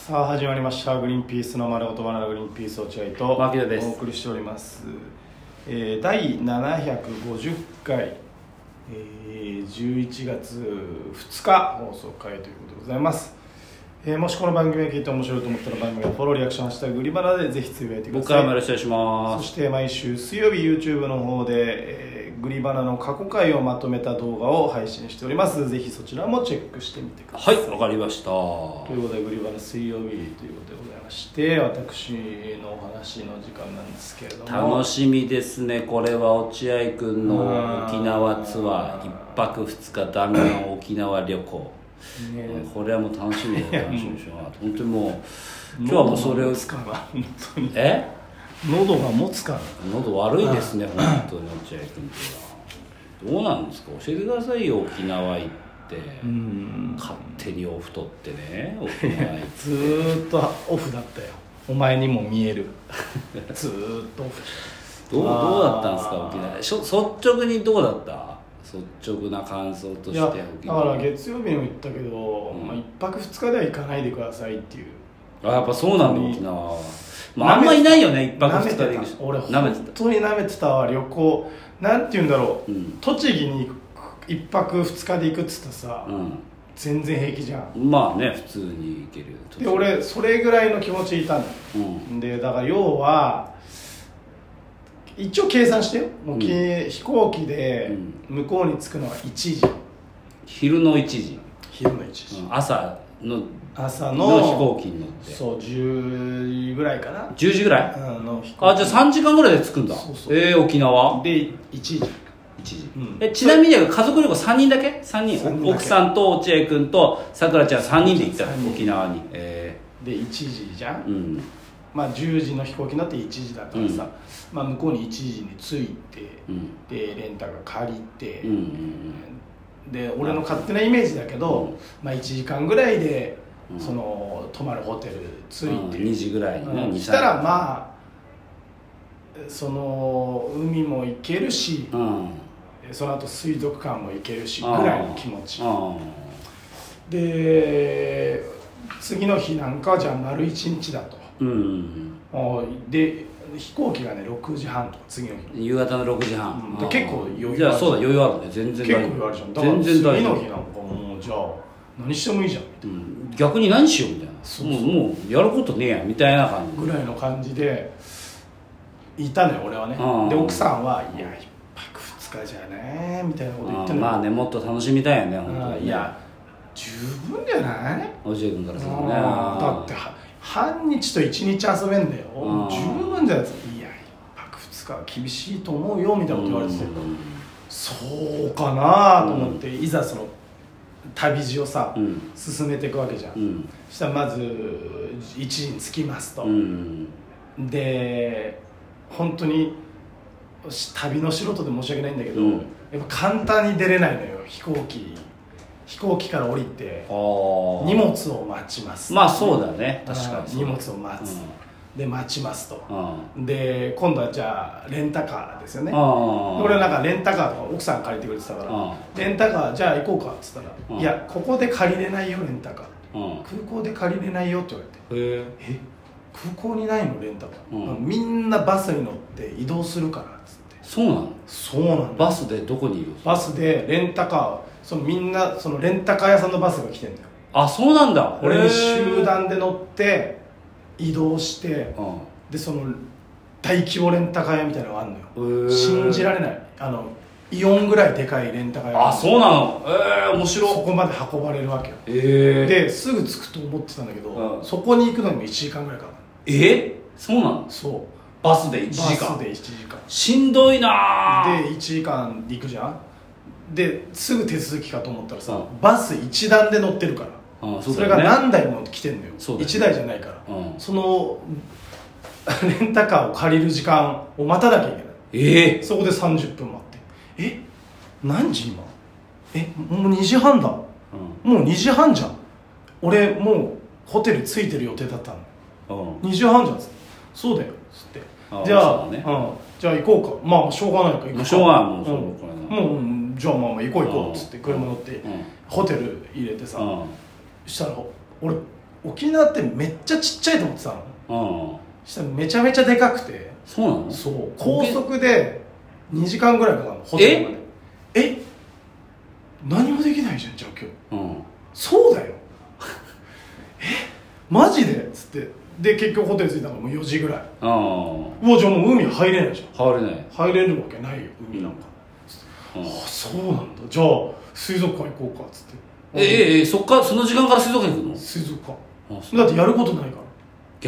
さあ始まりましたグリーンピースの丸ごとバナナグリーンピース落合と牧野です。 お送りしております、第750回、11月2日放送回ということでございます。もしこの番組を聞いて面白いと思ったら番組がフォローリアクションハッシュタググリバナでぜひつぶやいてください。 僕からもよろしくお願いします。 そして毎週水曜日 YouTube の方で、グリバナの過去回をまとめた動画を配信しております。ぜひそちらもチェックしてみてください。 はい、わかりました。 ということでグリバナ水曜日ということでございまして、私のお話の時間なんですけれども、 楽しみですね。これは落合くんの沖縄ツアー1泊2日弾丸沖縄旅行、これはもう楽しみで楽しみでしょうが本当にもう今日はもうそれを喉が持つかな本当に喉が持つかな。 喉悪いですね本当に落合くんってどうなんですか、教えてくださいよ。沖縄行って勝手にオフ取ってね、沖縄行ってずーっとオフだったよ。お前にも見えるずーっとオフどうだったんですか沖縄。率直にどうだった、率直な感想として。 いや沖縄だから月曜日にも言ったけど、1泊2日では行かないでくださいっていう。 やっぱそうなんだ沖縄は、あんまいないよね1泊2日で行く人。 俺舐めて本当に舐めてたわ。旅行なんて言うんだろう、栃木に1泊2日で行くっつったさ、全然平気じゃん。 まあね普通に行けるよ。 で俺それぐらいの気持ちでいたんだ、でだから要は一応計算してよ、もう飛行機で向こうに着くのが1時、 昼の1時、 昼の1時、 朝の飛行機に乗って、 そう10時ぐらいかな、 10時ぐらい、 の飛行機。 じゃあ3時間ぐらいで着くんだ。 そう沖縄で1時、 ちなみに家族旅行3人だけ3人奥さんと落合君とさくらちゃん3人で行ったの沖縄に。 で1時じゃん、まあ10時の飛行機になって1時だからさ、まあ、向こうに1時に着いて、でレンタカー借りて、で俺の勝手なイメージだけど、まあ、1時間ぐらいでその泊まるホテル着いて、 2時ぐらいにね、 したらまあその海も行けるし、その後水族館も行けるしぐらいの気持ちで、次の日なんかはじゃあ丸1日だと、で飛行機がね6時半とか次の日夕方の6時半、 結構余裕ある。 じゃあそうだ余裕あるね、全然結構余裕あるじゃん。だから次の日なんかもうじゃあ何してもいいじゃんみたいな、 逆に何しようみたいな、もうやることねえやみたいな感じぐらいの感じでいたのよ俺はね。で奥さんはいや1泊2日じゃねみたいなこと言ってんの。 まあね、もっと楽しみたいよね本当にね。 いや十分じゃない？ 落合君からするとね。 だって半日と1日遊べんだよ、十分じゃないですか。いや1泊2日は厳しいと思うよみたいなこと言われてて、そうかなと思って、いざその旅路をさ、進めていくわけじゃん、そしたらまず1時に着きますと、で本当に旅の素人で申し訳ないんだけど、やっぱ簡単に出れないのよ。飛行機から降りて荷物を待ちます、 まあそうだね、確かに荷物を待つ、で待ちますと、で今度はじゃあレンタカーですよね。俺はなんかレンタカーとか奥さん借りてくれてたから、レンタカーじゃあ行こうかっつったら、いやここで借りれないよレンタカー、空港で借りれないよって言われて、空港にないのレンタカー、みんなバスに乗って移動するからっつって。そうなのバスでどこにいる？ バスでレンタカー、みんなそのレンタカー屋さんのバスが来てんだよ。 あ、そうなんだ。 俺に集団で乗って移動して、でその大規模レンタカー屋みたいなのがあるのよ。信じられない、イオンぐらいでかいレンタカー屋。 あ、そうなの。面白い。 そこまで運ばれるわけよ。ですぐ着くと思ってたんだけど、そこに行くのにも1時間ぐらいかかる。 そうなの。 そうバスで1時間。 バスで1時間しんどいな。 で1時間行くじゃん。ですぐ手続きかと思ったらさ、バス1段で乗ってるから、それが何台も来てんのよ、1台じゃないから、そのレンタカーを借りる時間を待たなきゃいけない。そこで30分待って、何時今、もう2時半だ、もう2時半じゃん、俺もうホテル着いてる予定だったの、2時半じゃんっつって、そうだよっつって、じゃあ行こうか、まあしょうがないから行くか、 しょうがない、もうじゃあまあ行こうっつって車乗ってホテル入れてさ、したら俺沖縄ってめっちゃちっちゃいと思ってたの。したらめちゃめちゃでかくて。 そうなの？ そう、高速で2時間ぐらいかかるの、ホテルまで。何もできないじゃん、じゃあ今日。そうだよ。マジでっつって。で結局ホテル着いたのがもう4時ぐらい。じゃあもう海入れないじゃん。入れるわけないよ、海なんか。そうなんだ。じゃあ水族館行こうかっつって。 その時間から水族館行くの？ 水族館だってやることないから。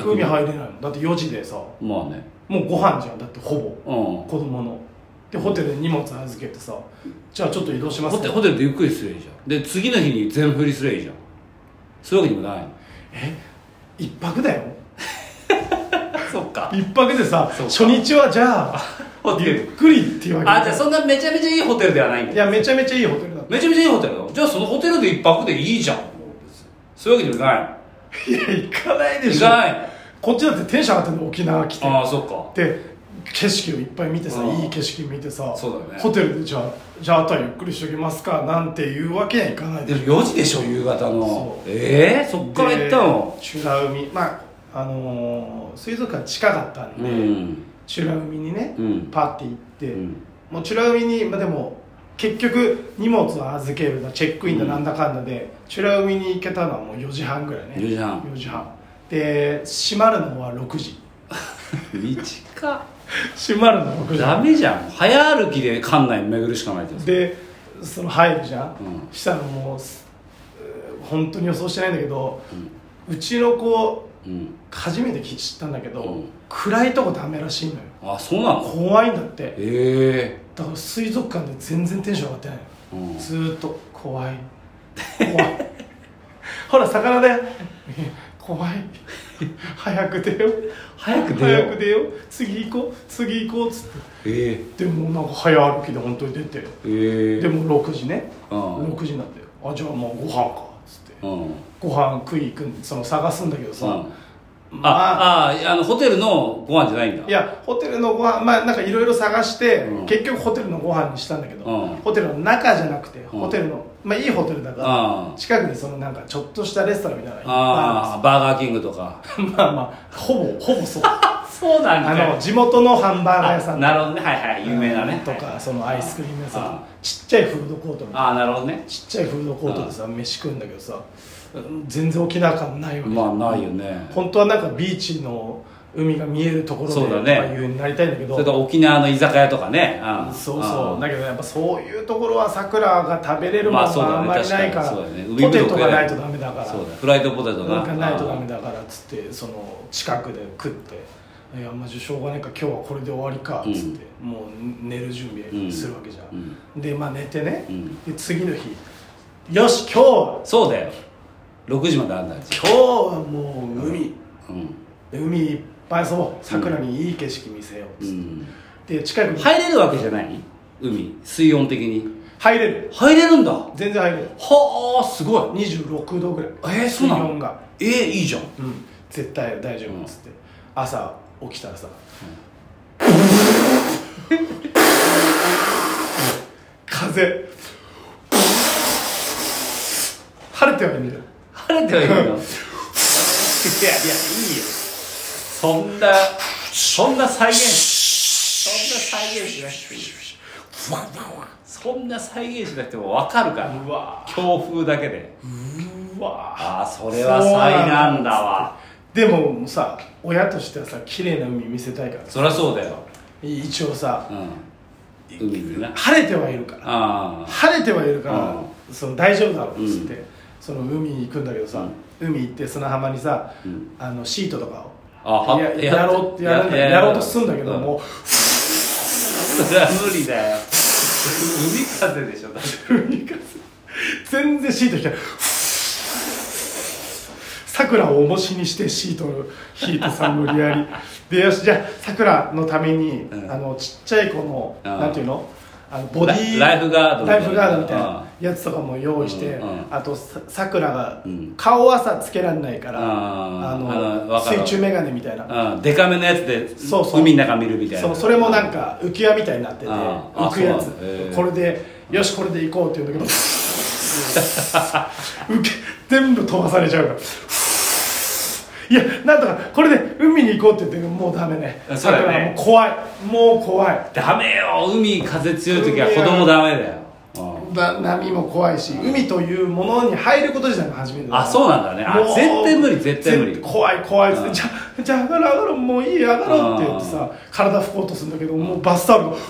海入れないのだって4時でさ、 まあね、 もうご飯じゃん、だってほぼ、子供のでホテルで荷物預けてさ、じゃあちょっと移動しますホテルでゆっくりすればいいじゃん。で次の日に全振りすればいいじゃん。そういうわけにもないの？ 一泊だよ。 そっか、 一泊でさ、初日はじゃあゆっくりっていうわけ。 じゃあそんなめちゃめちゃいいホテルではないんだ。 いやめちゃめちゃいいホテルだった。 めちゃめちゃいいホテルだ。じゃあそのホテルで一泊でいいじゃん。そういうわけにもない。 いや行かないでしょ。 行かない。 こっちだってテンション上がってんの、沖縄来て。 そっか。 で景色をいっぱい見てさ、いい景色見てさ、 そうだね、 ホテルでじゃああとはゆっくりしときますかなんていうわけにはいかないでしょ。 でも4時でしょ、夕方の。そっから行ったの？ 美ら海、水族館近かったんで、美ら海にね、パッて行って、もう美ら海に、でも結局荷物を預けるだ、チェックインだなんだかんだで、美ら海に行けたのはもう4時半ぐらいね。4時半で閉まるのは6時。 短閉まるの6時。 ダメじゃん。早歩きで館内巡るしかないじゃん。 でその入るじゃん、したらもう本当に予想してないんだけど、うちの子、初めて知ったんだけど、暗いとこダメらしいのよ。 そうなの？ 怖いんだって。だから水族館で全然テンション上がってないの、ずーっと怖いほら魚だよ怖い早く出よ次行こうっつって、でもなんか早歩きで本当に出て、でも6時ね、6時になって、じゃあもうご飯かっつって、ご飯食い行くその探すんだけどさ、 ホテルのご飯じゃないんだ。 いやホテルのご飯、なんかいろいろ探して、結局ホテルのご飯にしたんだけど、ホテルの中じゃなくて、ホテルのいいホテルだから、近くにそのなんかちょっとしたレストランみたいなのがいっぱいあるんですよ。 バーガーキングとかほぼそうそうなんだ。 地元のハンバーガー屋さん、 なるほどね、有名なねとか、そのアイスクリーム屋さん、ちっちゃいフードコートみたいな、 なるほどね、 ちっちゃいフードコートでさ飯食うんだけどさ、全然沖縄感ないわけ。 ないよね。 本当はなんかビーチの海が見えるところでとかいう風になりたいんだけど、 それと沖縄の居酒屋とかね、 そうだけどやっぱそういうところは桜が食べれるものがあんまりないから、ポテトがないとダメだから、 フライドポテトがないとダメだからっつって、その近くで食って、いやマジしょうがないから今日はこれで終わりかっつって、もう寝る準備するわけじゃん、で寝てね、で次の日、よし今日はそうだよ、6時まであるんだ。 今日はもう海いっぱい遊ぼう、桜にいい景色見せようっつって、で近くに入れるわけじゃない？水温的に入れるんだ。 全然入れる。 はあ、すごい。 26度ぐらい、 そうなの？ 水温がいいじゃん、 絶対大丈夫っつって、朝起きたらさ、風晴れてはいるよ。 いやいいよ、そんな再現しなくていい。そんな再現しなくても分かるから、強風だけで。それは災難だわ。 でもさ、親としてはさ、綺麗な海見せたいから、 そりゃそうだよ。 一応さ、 海にな晴れてはいるから、その大丈夫だろうっつって、その海に行くんだけどさ、海行って砂浜にさ、シートとかをやろうとするんだけども、 それは無理だよ。海風でしょ、だって海風全然シート引かない。桜を重しにしてシートを引いてさ、無理やりで、よしじゃあ桜のために、ちっちゃい子のなんていうの、ボディライフガードみたいなやつとかも用意して、あと桜が顔はさつけられないから、水中メガネみたいなデカめのやつで海の中見るみたいな、 それもなんか浮き輪みたいになってて浮くやつ、これでよしこれで行こうって言うんだけど全部飛ばされちゃうから、 いやなんとかこれで海に行こうって言ってもうダメね。 そうだよね。 もう怖い、もう怖い。 ダメよ、海風強い時は子供ダメだよ。 波も怖いし、海というものに入ること自体が初めてだ。 あ、そうなんだね。あ、絶対無理、絶対無理。 怖い怖いっつって、じゃあ上がろうもういい上がろうって言ってさ、体拭こうとするんだけど、もうバスタオルが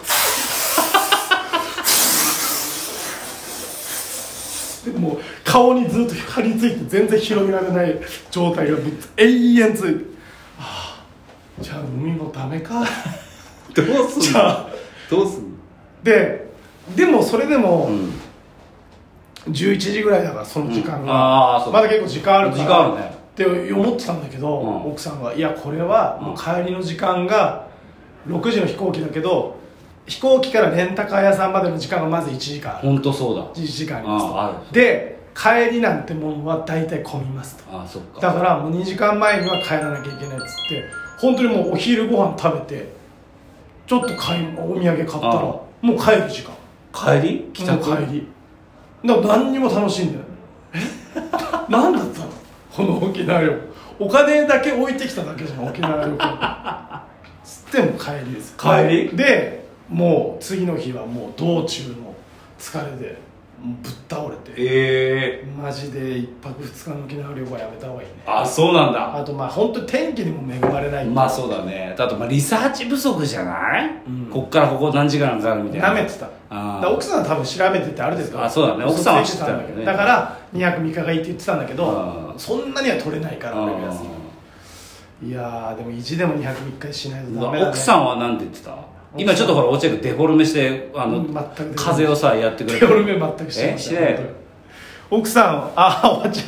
もう顔にずっと張り付いて全然広げられない状態が永遠続いて、はあ、じゃあ海もダメかどうすんの。じゃあどうすんの。 でもそれでも、11時ぐらいだからその時間が、まだ結構時間あるから、 時間あるねって思ってたんだけど、奥さんがいやこれはもう帰りの時間が6時の飛行機だけど、飛行機からレンタカー屋さんまでの時間がまず1時間、 本当そうだ、 1時間ありますと。で帰りなんてもんは大体混みますと。 そっか。 だからもう2時間前には帰らなきゃいけないっつって、本当にもうお昼ご飯食べてちょっとお土産買ったらもう帰る時間、 帰り帰りだから何にも楽しんでない何だったのこの沖縄旅行。お金だけ置いてきただけじゃん沖縄旅行つっても帰りです。 帰りでもう次の日はもう道中の疲れでぶっ倒れて、マジで1泊2日の沖縄旅行はやめた方がいいね。 あ、そうなんだ。 あとまあ本当に天気にも恵まれない。 まあそうだね。あとまあリサーチ不足じゃない、こっからここ何時間かかるみたいな。 なめてた。奥さんは多分調べててある程度。 あ、そうだね。奥さんは知ってたんだけどね。 だから2泊3日がいいって言ってたんだけど、そんなには取れないから俺が安い。いやでも意地でも2泊3日しないとダメだね。 奥さんは何て言ってた。今ちょっとほら落合君デフォルメして風をさやってくれて。 デフォルメ全くしてない。奥さんは